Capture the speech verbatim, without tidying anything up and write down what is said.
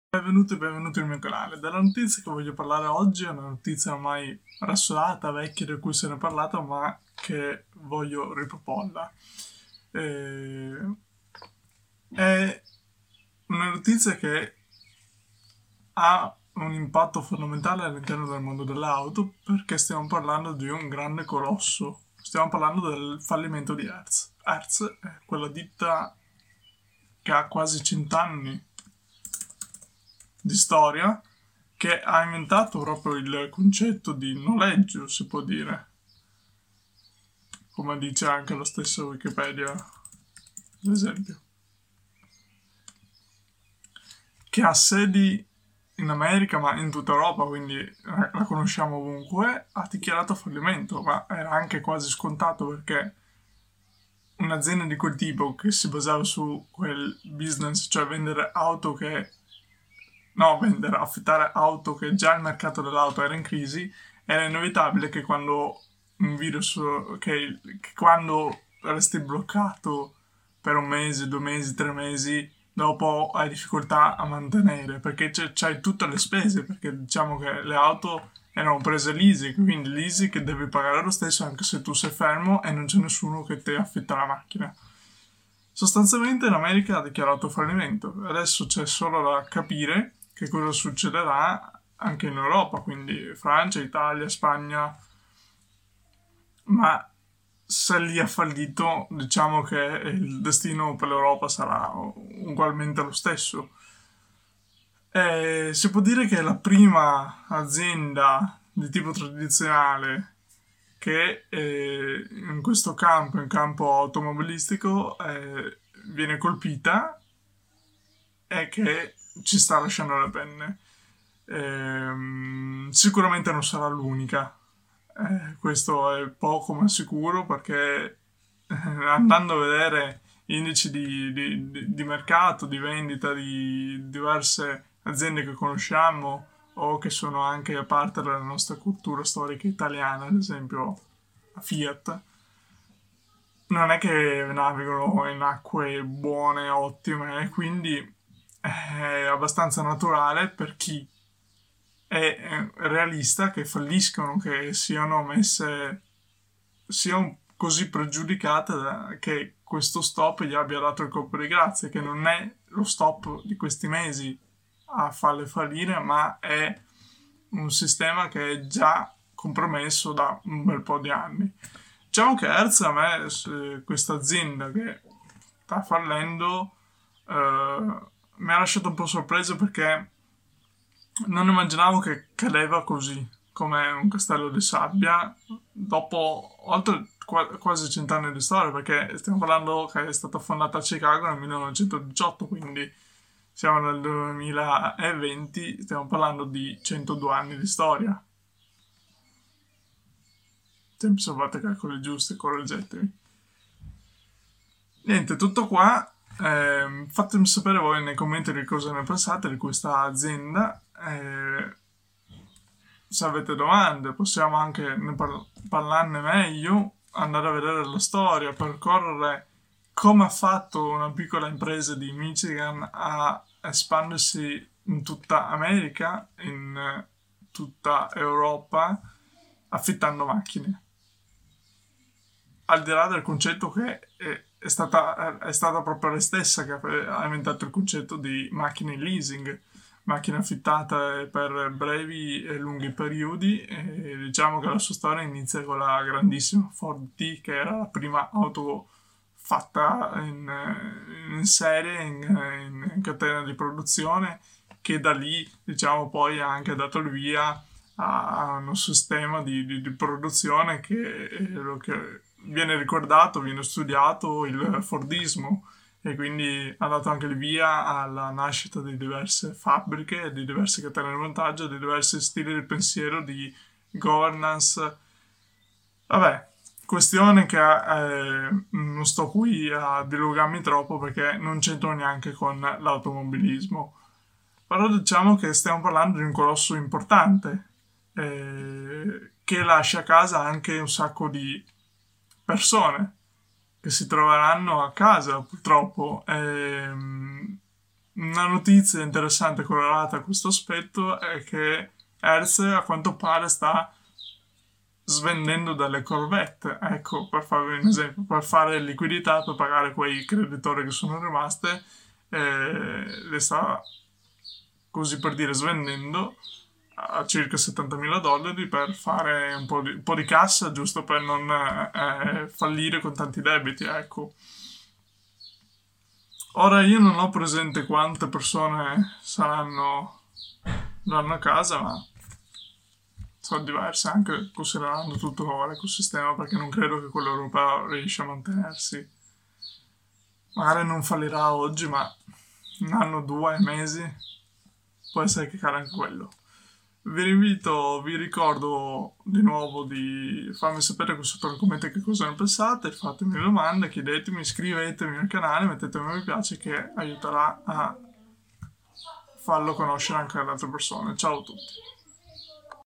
Benvenuti e benvenuti nel mio canale. Della notizia che voglio parlare oggi è una notizia ormai rassolata, vecchia, di cui se ne è parlato, ma che voglio riproporla. Eh, è una notizia che ha un impatto fondamentale all'interno del mondo dell'auto perché stiamo parlando di un grande colosso. Stiamo parlando del fallimento di Hertz. Hertz è quella ditta che ha quasi cent'anni di storia, che ha inventato proprio il concetto di noleggio, si può dire, come dice anche lo stesso Wikipedia, ad esempio, che ha sedi in America ma in tutta Europa, quindi la conosciamo ovunque, ha dichiarato fallimento, ma era anche quasi scontato perché un'azienda di quel tipo che si basava su quel business, cioè vendere auto che no, vendere, affittare auto che già il mercato dell'auto era in crisi, era inevitabile che quando un virus, che, che quando resti bloccato per un mese, due mesi, tre mesi, dopo hai difficoltà a mantenere, perché c'è, c'hai tutte le spese, perché diciamo che le auto erano prese leasing, quindi leasing che devi pagare lo stesso anche se tu sei fermo e non c'è nessuno che ti affitta la macchina. Sostanzialmente l'America ha dichiarato fallimento, adesso c'è solo da capire che cosa succederà anche in Europa, quindi Francia, Italia, Spagna, ma se lì ha fallito, diciamo che il destino per l'Europa sarà ugualmente lo stesso. E si può dire che è la prima azienda di tipo tradizionale che eh, in questo campo, in campo automobilistico, eh, viene colpita e che ci sta lasciando le penne. Ehm, sicuramente non sarà l'unica, eh, questo è poco ma sicuro perché eh, andando a vedere indici di, di, di, di mercato, di vendita di diverse aziende che conosciamo o che sono anche parte della nostra cultura storica italiana, ad esempio la Fiat, non è che navigano in acque buone, ottime, quindi è abbastanza naturale per chi è realista che falliscono, che siano messe, siano così pregiudicate da, che questo stop gli abbia dato il colpo di grazia, che non è lo stop di questi mesi a farle fallire, ma è un sistema che è già compromesso da un bel po' di anni. Diciamo che Hertz a me, questa azienda che sta fallendo, eh, mi ha lasciato un po' sorpreso perché non immaginavo che cadeva così, come un castello di sabbia, dopo oltre qua- quasi cent'anni di storia, perché stiamo parlando che è stata fondata a Chicago nel millenovecentodiciotto, quindi siamo nel duemilaventi, stiamo parlando di centodue anni di storia. Sempre se fate i calcoli giusti, correggetemi. Niente, tutto qua. Ehm, fatemi sapere voi nei commenti di cosa ne pensate di questa azienda. Eh, se avete domande, possiamo anche ne par- parlarne meglio, andare a vedere la storia, percorrere come ha fatto una piccola impresa di Michigan a espandersi in tutta America, in eh, tutta Europa, affittando macchine. Al di là del concetto che è, è stata, è stata proprio lei stessa che ha inventato il concetto di macchine in leasing, macchine affittate per brevi e lunghi periodi, e diciamo che la sua storia inizia con la grandissima Ford T, che era la prima auto fatta in, in serie, in, in catena di produzione, che da lì diciamo poi ha anche dato il via a uno sistema di, di, di produzione che, è che viene ricordato, viene studiato il Fordismo, e quindi ha dato anche il via alla nascita di diverse fabbriche, di diverse catene di montaggio, di diversi stili di pensiero, di governance. Vabbè, questione che eh, non sto qui a dilungarmi troppo perché non c'entro neanche con l'automobilismo. Però diciamo che stiamo parlando di un colosso importante, eh, che lascia a casa anche un sacco di persone che si troveranno a casa purtroppo. Ehm, una notizia interessante correlata a questo aspetto è che Hertz a quanto pare sta svendendo delle corvette, ecco, per farvi un esempio, per fare liquidità, per pagare quei creditori che sono rimaste, eh, le sta, così per dire, svendendo a circa settantamila dollari per fare un po' di, un po' di cassa, giusto per non eh, fallire con tanti debiti, ecco. Ora io non ho presente quante persone saranno andranno a casa, ma sono diverse anche considerando tutto l'ecosistema, perché non credo che quello europeo riesca a mantenersi. Magari non fallirà oggi, ma un anno, due mesi, può essere che cade anche quello. Vi invito, vi ricordo di nuovo di farmi sapere qui sotto nei commenti che cosa ne pensate, fatemi domande, chiedetemi, iscrivetemi al canale, mettetemi un mi piace che aiuterà a farlo conoscere anche alle altre persone. Ciao a tutti!